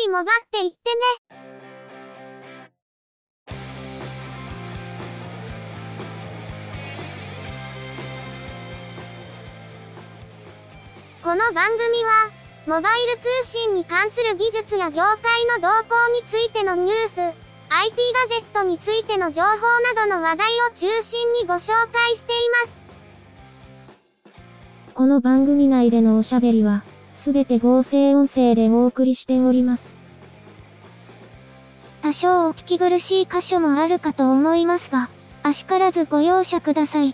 りもばっていってね。この番組は、モバイル通信に関する技術や業界の動向についてのニュース、IT ガジェットについての情報などの話題を中心にご紹介しています。 この番組内でのおしゃべりは、すべて合成音声でお送りしております。 多少お聞き苦しい箇所もあるかと思いますが、あしからずご容赦ください。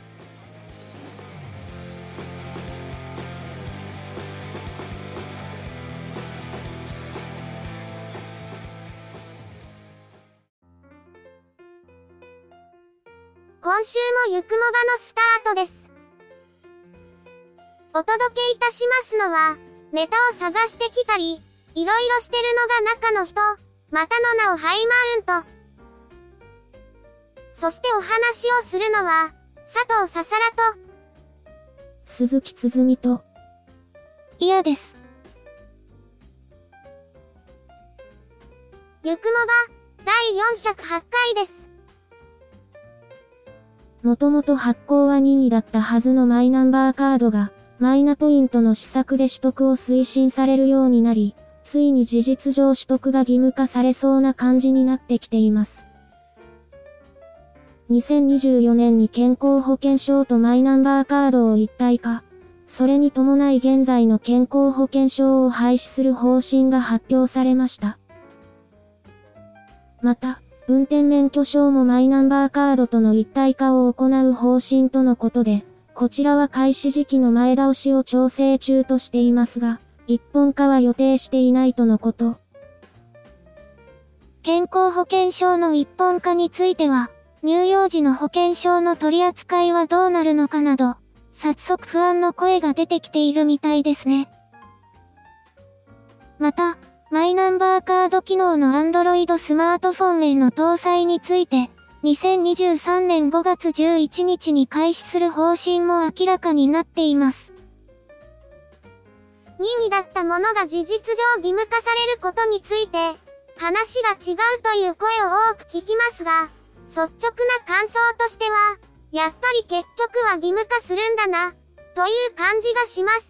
今週もゆくもばのスタートです。お届けいたしますのは、ネタを探してきたり、いろいろしてるのが中の人、またの名をハイマウント。そしてお話をするのは、佐藤ささらと、 鈴木つづみと、 嫌です。ゆくもば、第408回です。 もともと発行は任意だったはずのマイナンバーカードが、マイナポイントの施策で取得を推進されるようになり、ついに事実上取得が義務化されそうな感じになってきています。2024年に健康保険証とマイナンバーカードを一体化、それに伴い現在の健康保険証を廃止する方針が発表されました。また、運転免許証もマイナンバーカードとの一体化を行う方針とのことで、こちらは開始時期の前倒しを調整中としていますが、一本化は予定していないとのこと。 健康保険証の一本化については、乳幼児の保険証の取り扱いはどうなるのかなど、早速不安の声が出てきているみたいですね。また、マイナンバーカード機能の Android スマートフォンへの搭載について、2023年5月11日に開始する方針も明らかになっています。任意だったものが事実上義務化されることについて、話が違うという声を多く聞きますが、率直な感想としては、やっぱり結局は義務化するんだな、という感じがします。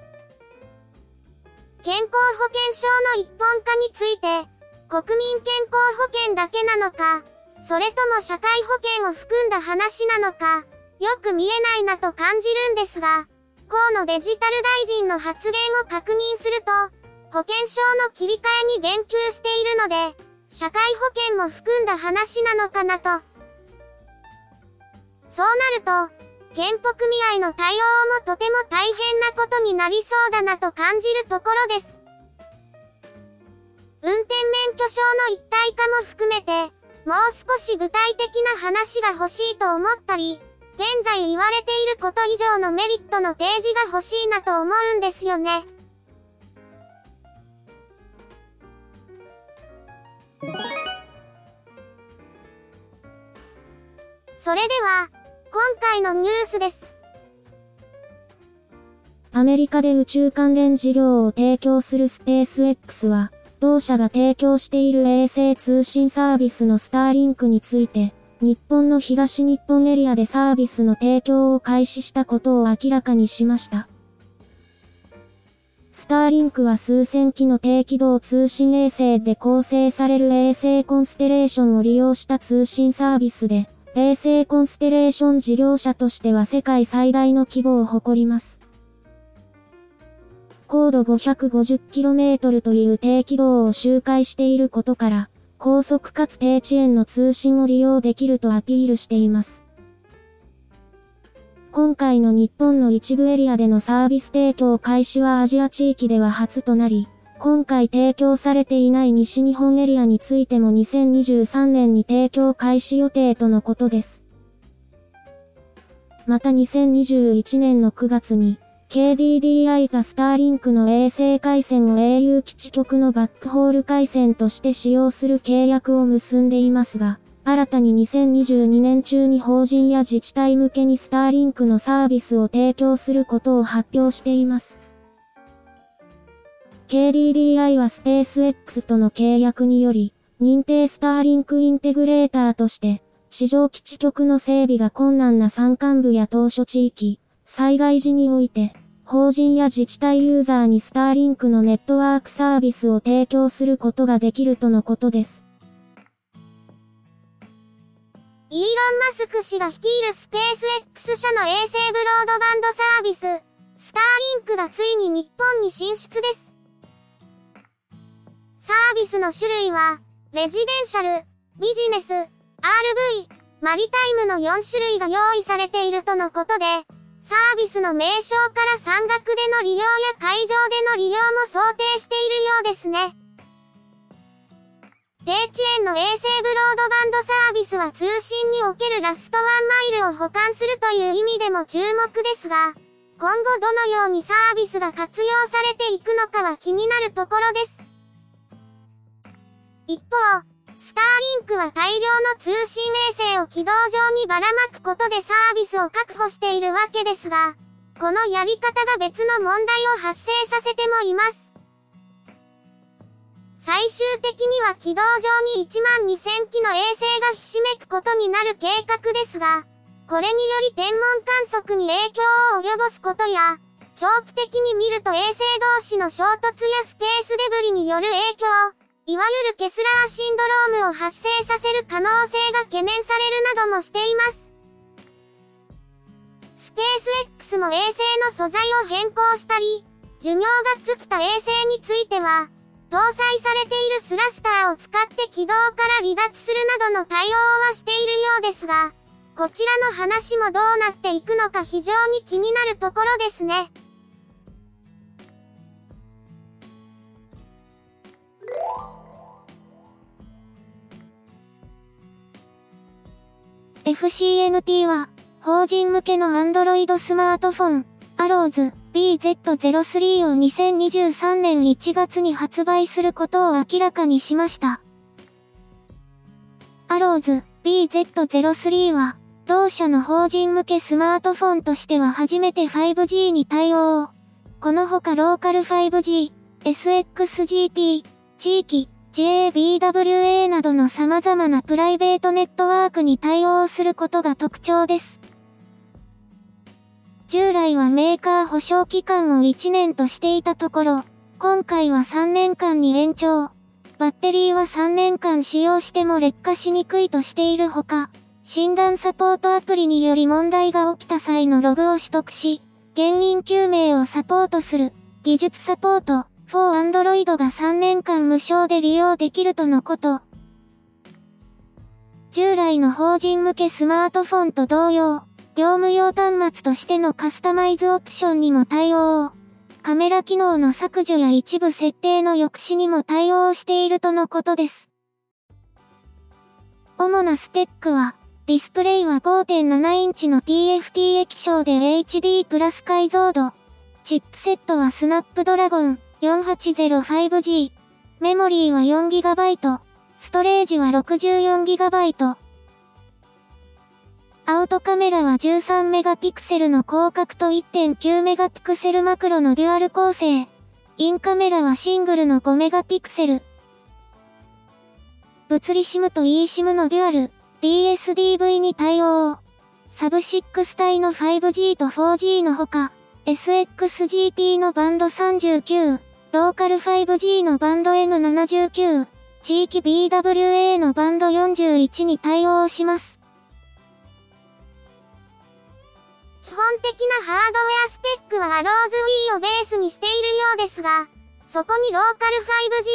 健康保険証の一本化について、国民健康保険だけなのか、それとも社会保険を含んだ話なのか、よく見えないなと感じるんですが、河野デジタル大臣の発言を確認すると、保険証の切り替えに言及しているので、社会保険も含んだ話なのかなと。そうなると、健保組合の対応もとても大変なことになりそうだなと感じるところです。運転免許証の一体化も含めて、もう少し具体的な話が欲しいと思ったり、現在言われていること以上のメリットの提示が欲しいなと思うんですよね。それでは、今回のニュースです。 アメリカで宇宙関連事業を提供するスペース X は、同社が提供している衛星通信サービスのスターリンクについて、日本の東日本エリアでサービスの提供を開始したことを明らかにしました。スターリンクは数千機の低軌道通信衛星で構成される衛星コンステレーションを利用した通信サービスで、衛星コンステレーション事業者としては世界最大の規模を誇ります。高度 550km という低軌道を周回していることから、高速かつ低遅延の通信を利用できるとアピールしています。今回の日本の一部エリアでのサービス提供開始はアジア地域では初となり、今回提供されていない西日本エリアについても2023年に提供開始予定とのことです。また2021年の9月に、KDDI がスターリンクの衛星回線を au 基地局のバックホール回線として使用する契約を結んでいますが、新たに2022年中に法人や自治体向けにスターリンクのサービスを提供することを発表しています。 KDDI はスペース X との契約により、認定スターリンクインテグレーターとして、地上基地局の整備が困難な山間部や島嶼地域、災害時において、法人や自治体ユーザーにスターリンクのネットワークサービスを提供することができるとのことです。 イーロン・マスク氏が率いるスペース X 社の衛星ブロードバンドサービス、スターリンクがついに日本に進出です。サービスの種類は、レジデンシャル、ビジネス、RV、マリタイムの4種類が用意されているとのことで、サービスの名称から山岳での利用や海上での利用も想定しているようですね。低遅延の衛星ブロードバンドサービスは通信におけるラストワンマイルを補完するという意味でも注目ですが、今後どのようにサービスが活用されていくのかは気になるところです。一方、スターリンクは大量の通信衛星を軌道上にばらまくことでサービスを確保しているわけですが、このやり方が別の問題を発生させてもいます。最終的には軌道上に12000機の衛星がひしめくことになる計画ですが、これにより天文観測に影響を及ぼすことや、長期的に見ると衛星同士の衝突やスペースデブリによる影響、いわゆるケスラーシンドロームを発生させる可能性が懸念されるなどもしています。スペース X も衛星の素材を変更したり、寿命が尽きた衛星については、搭載されているスラスターを使って軌道から離脱するなどの対応はしているようですが、こちらの話もどうなっていくのか非常に気になるところですね。 FCNT は、法人向けの Android スマートフォン、Arrows BZ03 を2023年1月に発売することを明らかにしました。Arrows BZ03 は、同社の法人向けスマートフォンとしては初めて 5G に対応。このほかローカル 5G、SXGP、地域、JBWA などの様々なプライベートネットワークに対応することが特徴です。従来はメーカー保証期間を1年としていたところ、今回は3年間に延長。バッテリーは3年間使用しても劣化しにくいとしているほか、診断サポートアプリにより問題が起きた際のログを取得し、原因究明をサポートする、技術サポート、for Android が3年間無償で利用できるとのこと。従来の法人向けスマートフォンと同様、業務用端末としてのカスタマイズオプションにも対応。カメラ機能の削除や一部設定の抑止にも対応しているとのことです。主なスペックは、ディスプレイは 5.7 インチの TFT 液晶で HD プラス解像度。チップセットはスナップドラゴン 480-5G。メモリーは 4GB。ストレージは 64GB。アウトカメラは13メガピクセルの広角と 1.9 メガピクセルマクロのデュアル構成。インカメラはシングルの5メガピクセル。物理 SIM と eSIM のデュアル、DSDV に対応。サブ6帯の 5G と 4G のほか、SXGP のバンド39、ローカル 5G のバンド N79、地域 BWA のバンド41に対応します。 基本的なハードウェアスペックは Arrows Wii をベースにしているようですが、そこにローカル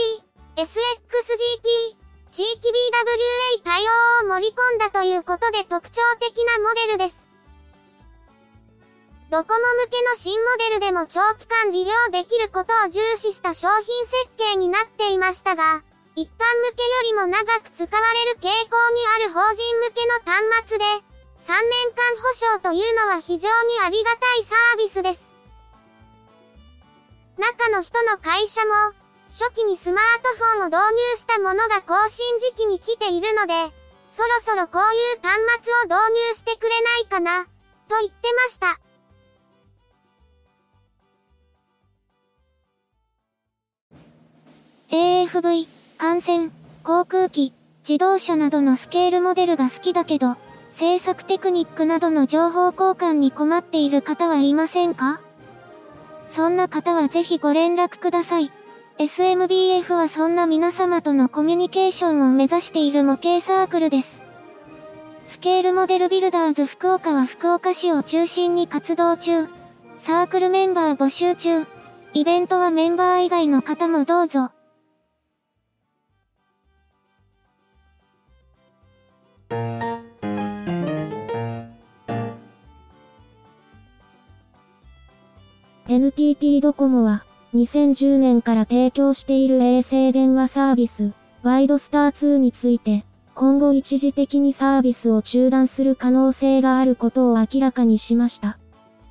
5G、SXGP、地域 BWA 対応を盛り込んだということで特徴的なモデルです。ドコモ向けの新モデルでも長期間利用できることを重視した商品設計になっていましたが、一般向けよりも長く使われる傾向にある法人向けの端末で、3年間保証というのは非常にありがたいサービスです。中の人の会社も、初期にスマートフォンを導入したものが更新時期に来ているので、そろそろこういう端末を導入してくれないかな、と言ってました。 FV、艦船、航空機、自動車などのスケールモデルが好きだけど、制作テクニックなどの情報交換に困っている方はいませんか？そんな方はぜひご連絡ください。SMBF はそんな皆様とのコミュニケーションを目指している模型サークルです。スケールモデルビルダーズ福岡は福岡市を中心に活動中。サークルメンバー募集中。イベントはメンバー以外の方もどうぞ。 NTT ドコモは2010年から提供している衛星電話サービス、ワイドスター2について、今後一時的にサービスを中断する可能性があることを明らかにしました。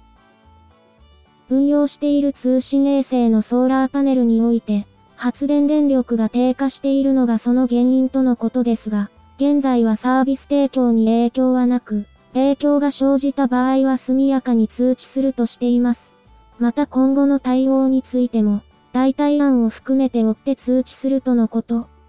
運用している通信衛星のソーラーパネルにおいて、発電電力が低下しているのがその原因とのことですが、現在はサービス提供に影響はなく、影響が生じた場合は速やかに通知するとしています。また今後の対応についても、代替案を含めて追って通知するとのこと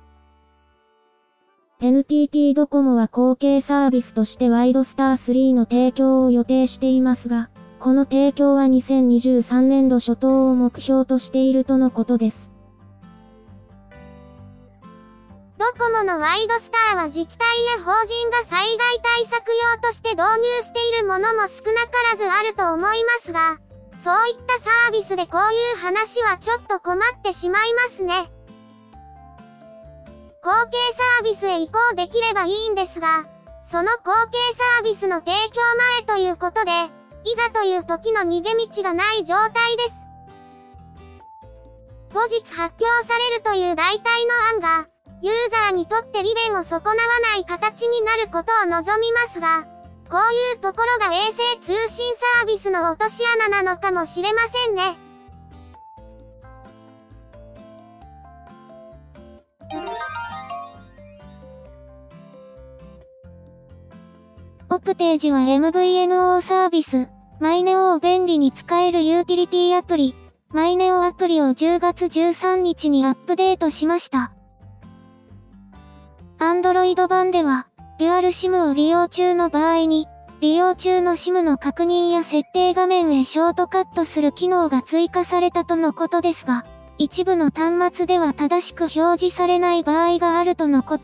。NTT ドコモは後継サービスとしてワイドスター3の提供を予定していますが、この提供は2023年度初頭を目標としているとのことです。 ドコモのワイドスターは自治体や法人が災害対策用として導入しているものも少なからずあると思いますが、そういったサービスでこういう話はちょっと困ってしまいますね。後継サービスへ移行できればいいんですが、その後継サービスの提供前ということで、いざという時の逃げ道がない状態です。後日発表されるという代替の案が、ユーザーにとって利便を損なわない形になることを望みますが、こういうところが衛星通信サービスの落とし穴なのかもしれませんね。 オプテージは MVNO サービス、マイネオを便利に使えるユーティリティアプリ、マイネオアプリを10月13日にアップデートしました。Android 版では、デュアル SIM を利用中の場合に、利用中の SIM の確認や設定画面へショートカットする機能が追加されたとのことですが、一部の端末では正しく表示されない場合があるとのこと。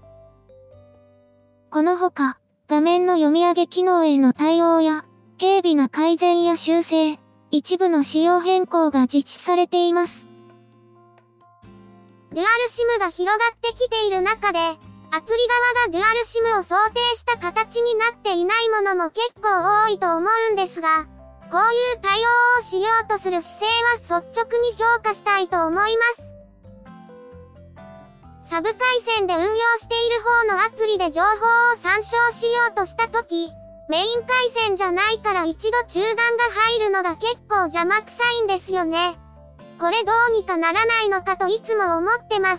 このほか、画面の読み上げ機能への対応や、軽微な改善や修正、一部の仕様変更が実施されています。 デュアル SIM が広がってきている中で、アプリ側がデュアル SIM を想定した形になっていないものも結構多いと思うんですが、こういう対応をしようとする姿勢は率直に評価したいと思います。サブ回線で運用している方のアプリで情報を参照しようとしたとき、メイン回線じゃないから一度中断が入るのが結構邪魔くさいんですよね。これどうにかならないのかといつも思ってます。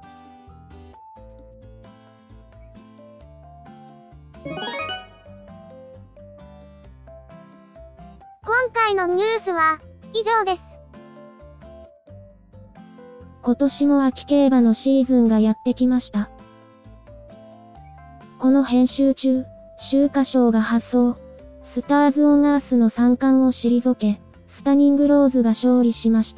今回のニュースは以上です。 今年も秋競馬のシーズンがやってきました。この編集中、秋華賞が発送、スターズ・オン・アースの三冠を退け、スタニングローズが勝利しました。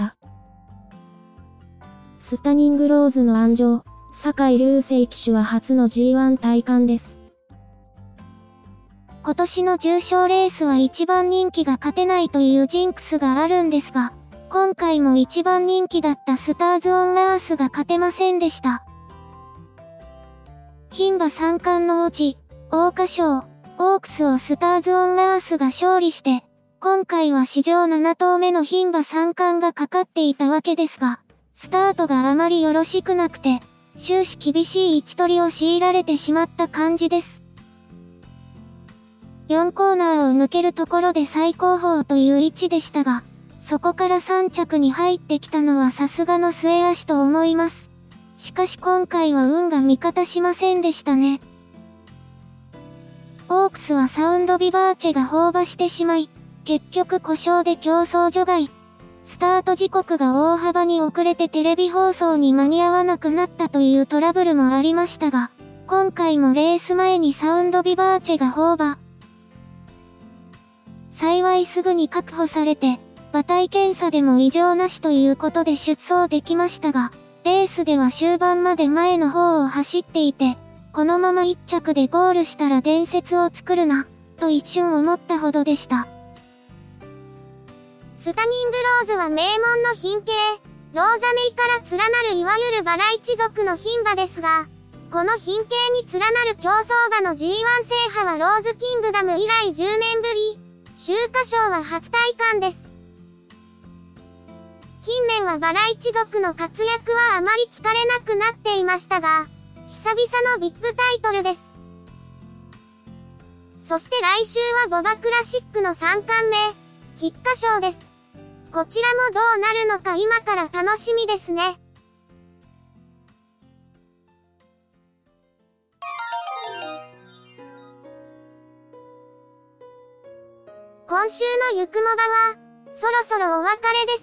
スタニングローズの鞍上、酒井隆成騎手は初の G1 戴冠です。 今年の重賞レースは一番人気が勝てないというジンクスがあるんですが、今回も一番人気だったスターズ・オン・アースが勝てませんでした。牝馬三冠のうち、桜花賞、オークスをスターズ・オン・アースが勝利して、今回は史上7頭目の牝馬三冠がかかっていたわけですが、スタートがあまりよろしくなくて、終始厳しい位置取りを強いられてしまった感じです。4コーナーを抜けるところで最高峰という位置でしたが、そこから3着に入ってきたのはさすがの末脚と思います。しかし今回は運が味方しませんでしたね。オークスはサウンドビバーチェが放馬してしまい、結局故障で競走除外。 スタート時刻が大幅に遅れてテレビ放送に間に合わなくなったというトラブルもありましたが、今回もレース前にサウンドビバーチェが放馬。幸いすぐに確保されて、馬体検査でも異常なしということで出走できましたが、レースでは終盤まで前の方を走っていて、このまま1着でゴールしたら伝説を作るな、と一瞬思ったほどでした。 スタニングローズは名門の品系、ローザネイから連なるいわゆるバラ一族の牝馬ですが、この品系に連なる競走馬の G1 制覇はローズキングダム以来10年ぶり、秋華賞は初体感です。近年はバラ一族の活躍はあまり聞かれなくなっていましたが、久々のビッグタイトルです。そして来週はボバクラシックの3冠目、菊花賞です。こちらもどうなるのか今から楽しみですね。今週のゆくもばは、そろそろお別れです。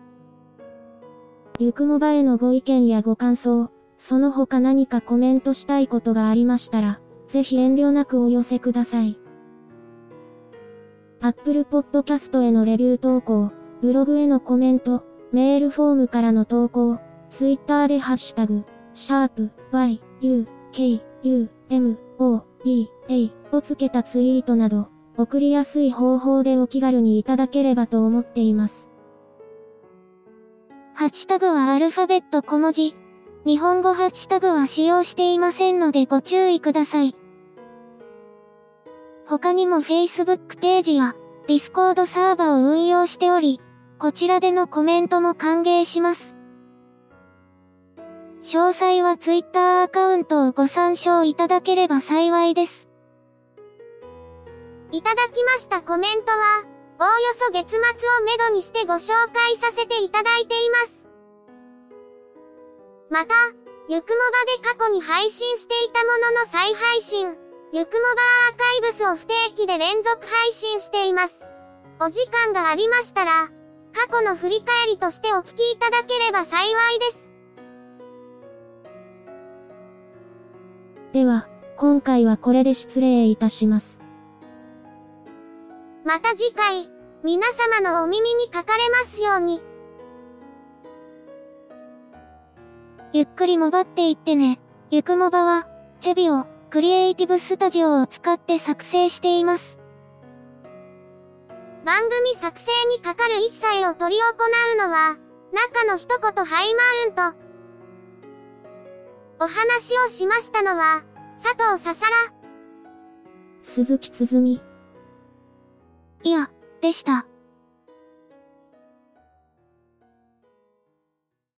ゆくもばへのご意見やご感想、その他何かコメントしたいことがありましたら、ぜひ遠慮なくお寄せください。Apple Podcast へのレビュー投稿、ブログへのコメント、メールフォームからの投稿、Twitter でハッシュタグ、#YUKUMOBA をつけたツイートなど、送りやすい方法でお気軽にいただければと思っています。 ハッシュタグはアルファベット小文字。日本語ハッシュタグは使用していませんのでご注意ください。他にも Facebook ページや Discord サーバを運用しており、こちらでのコメントも歓迎します。詳細は Twitter アカウントをご参照いただければ幸いです。 いただきましたコメントは、おおよそ月末をめどにしてご紹介させていただいています。また、ゆくもばで過去に配信していたものの再配信、ゆくもばアーカイブスを不定期で連続配信しています。お時間がありましたら、過去の振り返りとしてお聞きいただければ幸いです。 では、今回はこれで失礼いたします。 また次回、皆様のお耳にかかれますように。 ゆっくりもばっていってね。ゆくもばは、チェビオ、クリエイティブスタジオを使って作成しています。 番組作成にかかる一切を執り行うのは、中の一言ハイマウント。お話をしましたのは、佐藤ささら、 鈴木つづみ。 いや、でした。